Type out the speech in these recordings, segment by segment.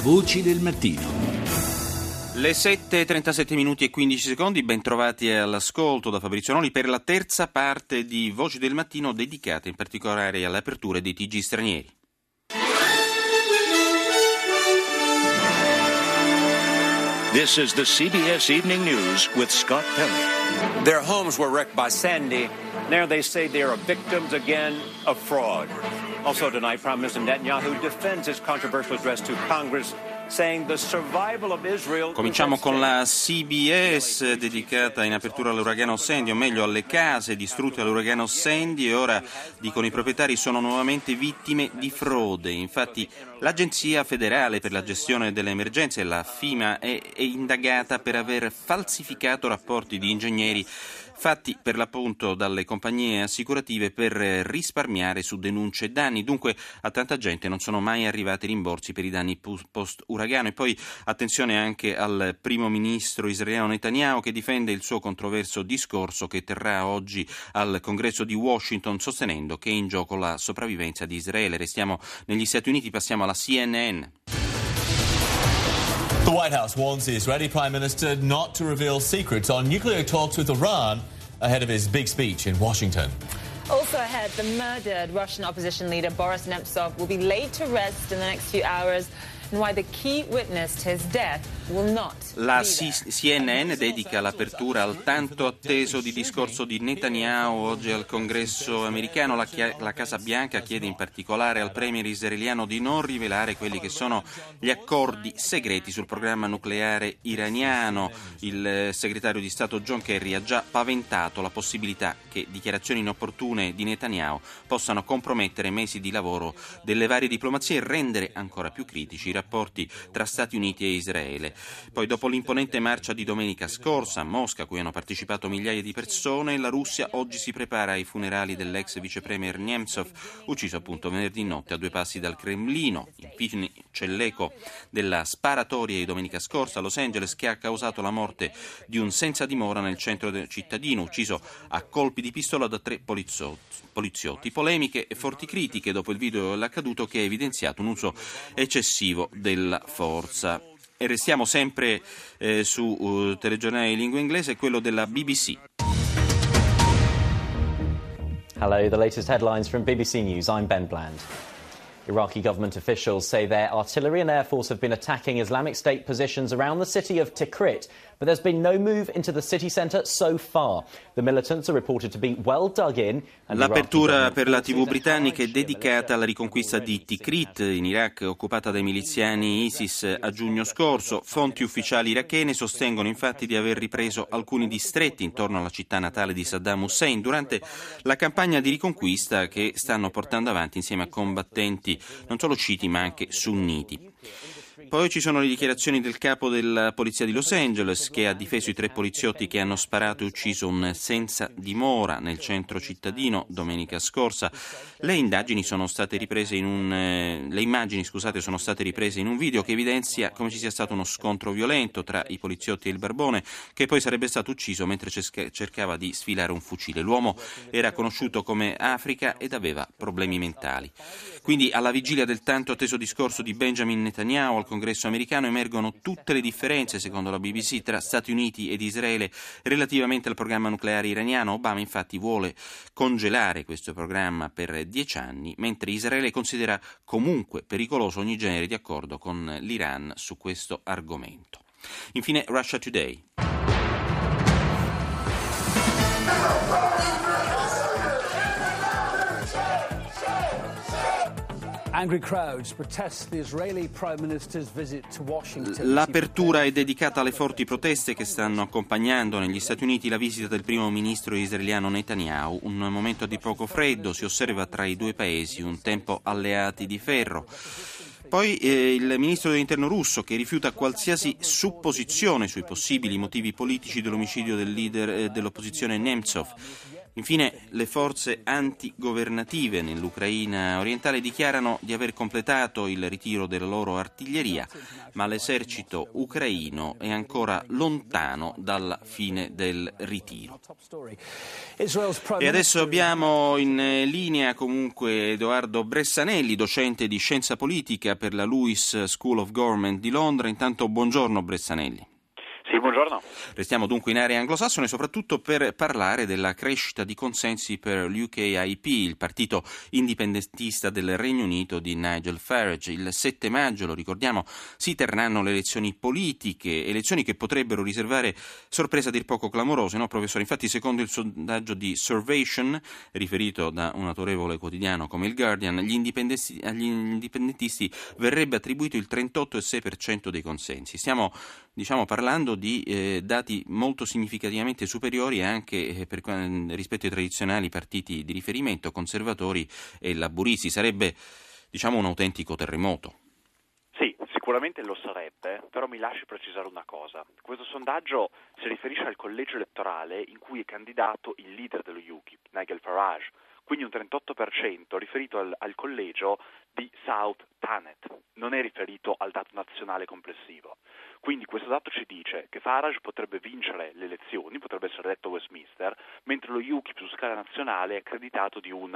Voci del mattino. Le 7:37 minuti e 15 secondi, ben trovati all'ascolto da Fabrizio Noli per la terza parte di Voci del Mattino, dedicata in particolare alle aperture dei TG stranieri. This is the CBS Evening News with Scott Pelley. Their homes were wrecked by Sandy. Now they say they are victims again of fraud. Also tonight, Prime Minister Netanyahu defends his controversial address to Congress, saying the survival of Israel. Cominciamo con la CBS dedicata in apertura all'uragano Sandy, o meglio alle case distrutte dall'uragano Sandy, e ora dicono i proprietari sono nuovamente vittime di frode. Infatti l'Agenzia federale per la gestione delle emergenze, la FEMA, è indagata per aver falsificato rapporti di ingegneri fatti per l'appunto dalle compagnie assicurative per risparmiare su denunce e danni. Dunque a tanta gente non sono mai arrivati rimborsi per i danni post-uragano. E poi attenzione anche al primo ministro israeliano Netanyahu, che difende il suo controverso discorso che terrà oggi al congresso di Washington, sostenendo che è in gioco la sopravvivenza di Israele. Restiamo negli Stati Uniti, passiamo alla CNN. The White House warns the Israeli Prime Minister not to reveal secrets on nuclear talks with Iran ahead of his big speech in Washington. Also ahead, the murdered Russian opposition leader Boris Nemtsov will be laid to rest in the next few hours, and why the key witness to his death will not La be there. CNN dedica l'apertura al tanto atteso di discorso di Netanyahu oggi al congresso americano. La Casa Bianca chiede in particolare al premier israeliano di non rivelare quelli che sono gli accordi segreti sul programma nucleare iraniano. Il segretario di Stato John Kerry ha già paventato la possibilità che dichiarazioni inopportune di Netanyahu possano compromettere mesi di lavoro delle varie diplomazie e rendere ancora più critici i rapporti tra Stati Uniti e Israele. Poi, dopo l'imponente marcia di domenica scorsa a Mosca, a cui hanno partecipato migliaia di persone, la Russia oggi si prepara ai funerali dell'ex vicepremier Nemtsov, ucciso appunto venerdì notte a 2 passi dal Cremlino. Infine c'è l'eco della sparatoria di domenica scorsa a Los Angeles, che ha causato la morte di un senza dimora nel centro del cittadino, ucciso a colpi di pistola da 3 poliziotti. Polemiche e forti critiche dopo il video dell'accaduto, che ha evidenziato un uso eccessivo della forza. E restiamo sempre su telegiornale in lingua inglese, quello della BBC. Hello, the latest headlines from BBC News. I'm Ben Bland. Iraqi government officials say their artillery and air force have been attacking Islamic State positions around the city of Tikrit, but there's been no move into the city centre so far. The militants are reported to be well dug in. L'apertura per la TV britannica è dedicata alla riconquista di Tikrit, in Iraq, occupata dai miliziani ISIS a giugno scorso. Fonti ufficiali irachene sostengono infatti di aver ripreso alcuni distretti intorno alla città natale di Saddam Hussein durante la campagna di riconquista che stanno portando avanti insieme a combattenti non solo sciiti ma anche sunniti. Poi ci sono le dichiarazioni del capo della polizia di Los Angeles, che ha difeso i 3 poliziotti che hanno sparato e ucciso un senza dimora nel centro cittadino domenica scorsa. Le immagini sono state riprese in un video che evidenzia come ci sia stato uno scontro violento tra i poliziotti e il barbone, che poi sarebbe stato ucciso mentre cercava di sfilare un fucile. L'uomo era conosciuto come Africa ed aveva problemi mentali. Quindi, alla vigilia del tanto atteso discorso di Benjamin Netanyahu al congresso americano, emergono tutte le differenze, secondo la BBC, tra Stati Uniti ed Israele relativamente al programma nucleare iraniano. Obama infatti vuole congelare questo programma per 10 anni, mentre Israele considera comunque pericoloso ogni genere di accordo con l'Iran su questo argomento. Infine Russia Today. L'apertura è dedicata alle forti proteste che stanno accompagnando negli Stati Uniti la visita del primo ministro israeliano Netanyahu. Un momento di poco freddo si osserva tra i due paesi, un tempo alleati di ferro. Poi il ministro dell'interno russo, che rifiuta qualsiasi supposizione sui possibili motivi politici dell'omicidio del leader dell'opposizione Nemtsov. Infine, le forze antigovernative nell'Ucraina orientale dichiarano di aver completato il ritiro della loro artiglieria, ma l'esercito ucraino è ancora lontano dalla fine del ritiro. E adesso abbiamo in linea comunque Edoardo Bressanelli, docente di scienza politica per la Lewis School of Government di Londra. Intanto buongiorno Bressanelli. Sì, buongiorno. Restiamo dunque in area anglosassone soprattutto per parlare della crescita di consensi per l'UKIP, il partito indipendentista del Regno Unito di Nigel Farage. Il 7 maggio, lo ricordiamo, si terranno le elezioni politiche, elezioni che potrebbero riservare sorprese a dir poco clamorose, no professore? Infatti, secondo il sondaggio di Survation, riferito da un autorevole quotidiano come il Guardian, agli indipendentisti verrebbe attribuito il 38,6% dei consensi. Stiamo parlando di dati molto significativamente superiori anche rispetto ai tradizionali partiti di riferimento, conservatori e laburisti. Sarebbe, un autentico terremoto. Sì, sicuramente lo sarebbe, però mi lasci precisare una cosa. Questo sondaggio si riferisce al collegio elettorale in cui è candidato il leader dello UKIP, Nigel Farage, quindi un 38% riferito al collegio di South Thanet, non è riferito al dato nazionale complessivo. Quindi questo dato ci dice che Farage potrebbe vincere le elezioni, potrebbe essere eletto a Westminster, mentre lo UKIP su scala nazionale è accreditato di un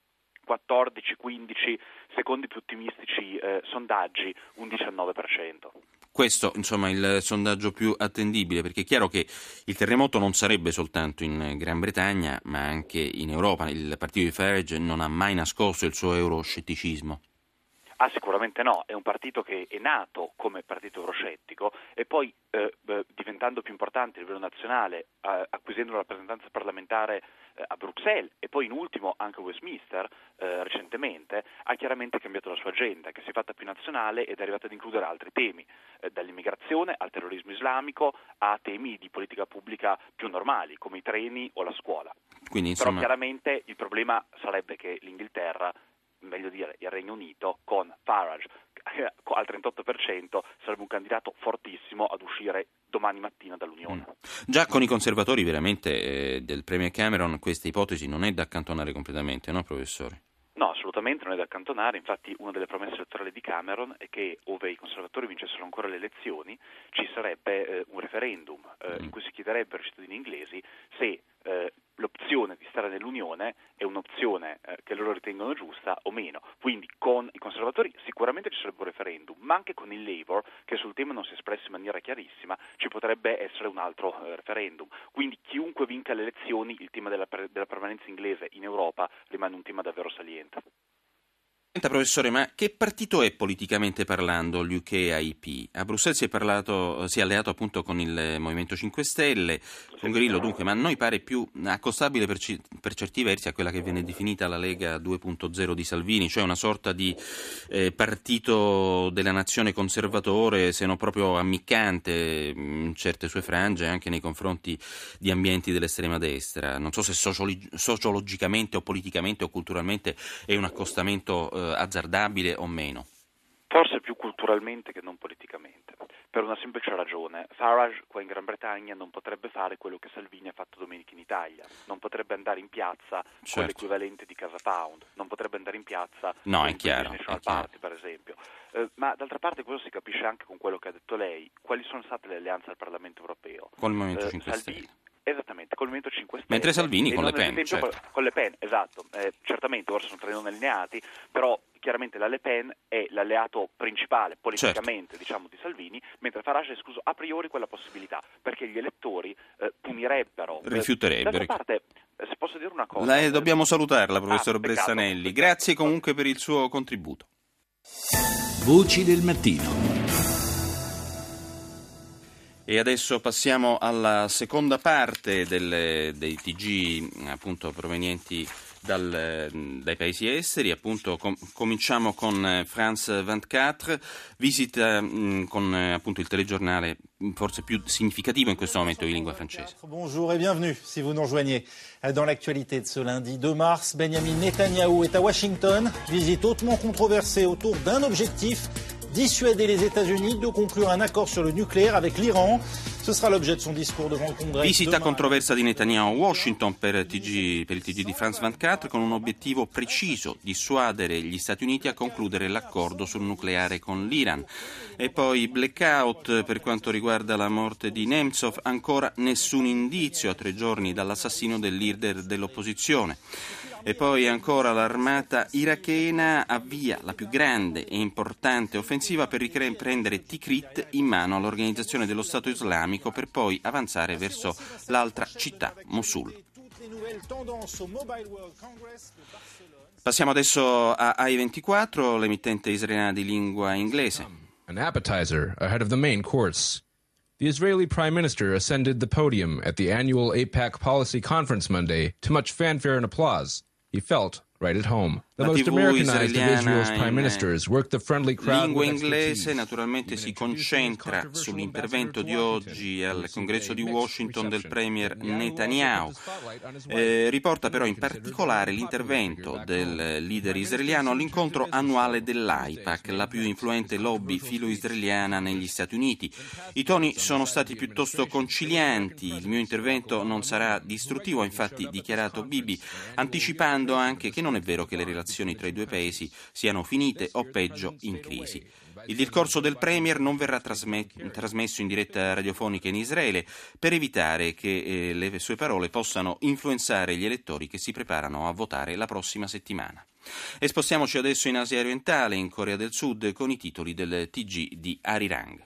14-15, secondo i più ottimistici sondaggi, un 19%. Questo, il sondaggio più attendibile, perché è chiaro che il terremoto non sarebbe soltanto in Gran Bretagna, ma anche in Europa. Il partito di Farage non ha mai nascosto il suo euroscetticismo. Sicuramente no, è un partito che è nato come partito euroscettico e poi diventando più importante a livello nazionale, acquisendo una rappresentanza parlamentare a Bruxelles e poi in ultimo anche a Westminster recentemente, ha chiaramente cambiato la sua agenda, che si è fatta più nazionale ed è arrivata ad includere altri temi, dall'immigrazione al terrorismo islamico a temi di politica pubblica più normali come i treni o la scuola. Quindi, Però chiaramente il problema sarebbe che l'Inghilterra, meglio dire il Regno Unito, con Farage al 38% sarebbe un candidato fortissimo ad uscire domani mattina dall'Unione. Già con i conservatori veramente del Premier Cameron questa ipotesi non è da accantonare completamente, no professore? No, assolutamente non è da accantonare. Infatti una delle promesse elettorali di Cameron è che, ove i conservatori vincessero ancora le elezioni, ci sarebbe un referendum in cui si chiederebbe ai cittadini inglesi se l'opzione di stare nell'Unione è un'opzione che loro ritengono giusta o meno. Quindi con i conservatori sicuramente ci sarebbe un referendum, ma anche con il Labour, che sul tema non si è espresso in maniera chiarissima, ci potrebbe essere un altro referendum. Quindi chiunque vinca le elezioni, il tema della permanenza inglese in Europa rimane un tema davvero saliente. Senta professore, ma che partito è politicamente parlando l'UKIP? A Bruxelles si è alleato appunto con il Movimento 5 Stelle, con Grillo dunque, ma a noi pare più accostabile per certi versi a quella che viene definita la Lega 2.0 di Salvini, cioè una sorta di partito della nazione conservatore, se non proprio ammiccante in certe sue frange anche nei confronti di ambienti dell'estrema destra. Non so se sociologicamente o politicamente o culturalmente è un accostamento azzardabile o meno? Forse più culturalmente che non politicamente, per una semplice ragione. Farage qua in Gran Bretagna non potrebbe fare quello che Salvini ha fatto domenica in Italia, non potrebbe andare in piazza con l'equivalente di Casa Pound, non potrebbe andare in piazza con il National Party per esempio. Ma d'altra parte questo si capisce anche con quello che ha detto lei. Quali sono state le alleanze al Parlamento europeo? Con il Movimento 5 Stelle. Esattamente, col Movimento 5 Stelle. Mentre Salvini con Le Pen, certo. Con Le Pen, esatto. Certamente ora sono tre non allineati, però chiaramente la Le Pen è l'alleato principale politicamente, certo, di Salvini, mentre Farage ha escluso a priori quella possibilità, perché gli elettori punirebbero. Rifiuterebbero. D'altra parte, se posso dire una cosa... Dobbiamo salutarla, professor Bressanelli. Grazie comunque per il suo contributo. Voci del mattino. E adesso passiamo alla seconda parte dei TG appunto provenienti dai paesi esteri. Appunto cominciamo con France 24, visita con appunto il telegiornale forse più significativo in questo momento di lingua francese. Bonjour et bienvenue si vous nous rejoignez. Dans l'actualité de ce lundi 2 mars, Benjamin Netanyahu est à Washington, visite hautement controversée autour d'un objectif: dissuader les États-Unis de conclure un accord sur le nucléaire avec l'Iran. Ce sera l'objet de son discours devant le Congrès. Visita controversa di Netanyahu a Washington per il TG di France 24 con un obiettivo preciso: dissuadere gli Stati Uniti a concludere l'accordo sul nucleare con l'Iran. E poi blackout per quanto riguarda la morte di Nemtsov, ancora nessun indizio a 3 giorni dall'assassinio del leader dell'opposizione. E poi ancora l'armata irachena avvia la più grande e importante offensiva per riprendere Tikrit in mano all'organizzazione dello Stato islamico per poi avanzare verso l'altra città, Mosul. Passiamo adesso a AI24, l'emittente israeliana di lingua inglese. An appetizer ahead of the main course. The Israeli Prime Minister ascended the podium at the annual AIPAC Policy Conference Monday to much fanfare and applause. He felt right at home. The most Americanized of Israel's prime ministers worked the friendly crowd lingua with inglese naturalmente si concentra sull'intervento di oggi al congresso di Washington del premier Netanyahu. Riporta però in particolare l'intervento del leader israeliano all'incontro annuale dell'AIPAC, la più influente lobby filo-israeliana negli Stati Uniti. I toni sono stati piuttosto concilianti. Il mio intervento non sarà distruttivo, ha infatti dichiarato Bibi, anticipando anche che non è vero che le relazioni tra i due paesi siano finite o peggio in crisi. Il discorso del Premier non verrà trasmesso in diretta radiofonica in Israele per evitare che le sue parole possano influenzare gli elettori che si preparano a votare la prossima settimana. E spostiamoci adesso in Asia orientale, in Corea del Sud, con i titoli del TG di Arirang.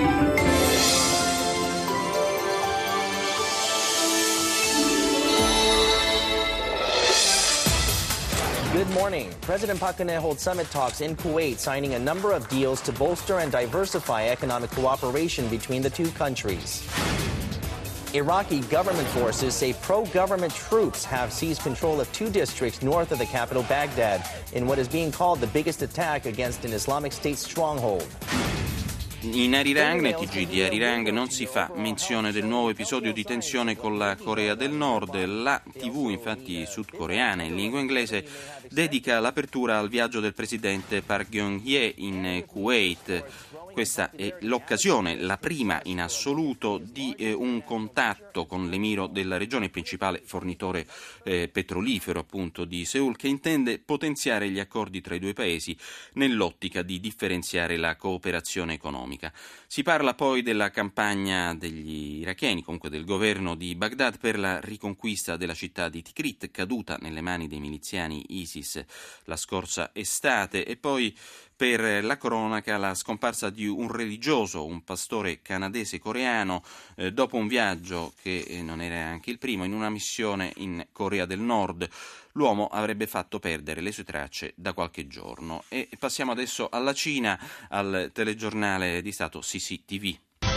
Good morning. President Park Geun-hye holds summit talks in Kuwait, signing a number of deals to bolster and diversify economic cooperation between the two countries. Iraqi government forces say pro-government troops have seized control of 2 districts north of the capital, Baghdad, in what is being called the biggest attack against an Islamic State stronghold. In Arirang, nel TG di Arirang, non si fa menzione del nuovo episodio di tensione con la Corea del Nord. La TV, infatti sudcoreana in lingua inglese, dedica l'apertura al viaggio del presidente Park Geun-hye in Kuwait. Questa è l'occasione, la prima in assoluto, di un contatto con l'emiro della regione, principale fornitore petrolifero appunto di Seul, che intende potenziare gli accordi tra i due paesi nell'ottica di differenziare la cooperazione economica. Si parla poi della campagna degli iracheni, comunque del governo di Baghdad, per la riconquista della città di Tikrit, caduta nelle mani dei miliziani ISIS la scorsa estate, e poi per la cronaca la scomparsa di un religioso, un pastore canadese-coreano, dopo un viaggio che non era anche il primo, in una missione in Corea del Nord. L'uomo avrebbe fatto perdere le sue tracce da qualche giorno. E passiamo adesso alla Cina, al telegiornale di Stato CCTV.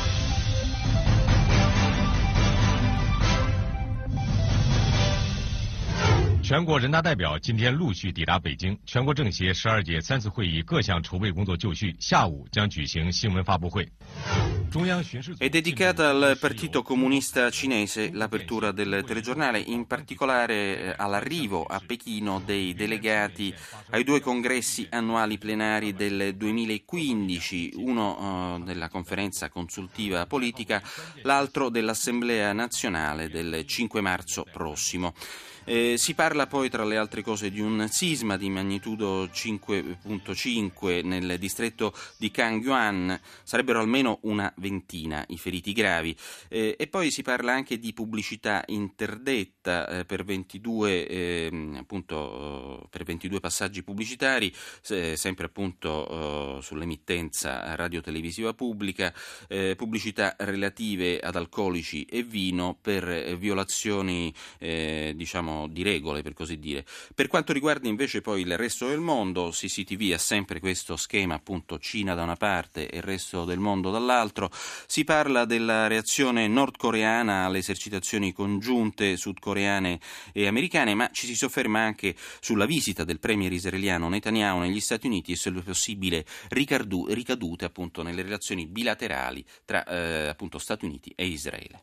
全国人大代表今天陆续抵达北京，全国政协12届3次会议各项筹备工作就绪，下午将举行新闻发布会。 È dedicata al Partito Comunista Cinese l'apertura del telegiornale, in particolare all'arrivo a Pechino dei delegati ai 2 congressi annuali plenari del 2015, uno della conferenza consultiva politica, l'altro dell'Assemblea nazionale del 5 marzo prossimo. Si parla poi, tra le altre cose, di un sisma di magnitudo 5.5 nel distretto di Kangyuan, sarebbero almeno una ventina i feriti gravi, e poi si parla anche di pubblicità interdetta per 22 passaggi pubblicitari, sempre appunto sull'emittenza radiotelevisiva pubblica, pubblicità relative ad alcolici e vino per violazioni di regole, per così dire. Per quanto riguarda invece poi il resto del mondo, CCTV ha sempre questo schema, appunto Cina da una parte e il resto del mondo dall'altro. Si parla della reazione nordcoreana alle esercitazioni congiunte sudcoreane e americane, ma ci si sofferma anche sulla visita del premier israeliano Netanyahu negli Stati Uniti e sulle possibili ricadute appunto nelle relazioni bilaterali tra appunto Stati Uniti e Israele.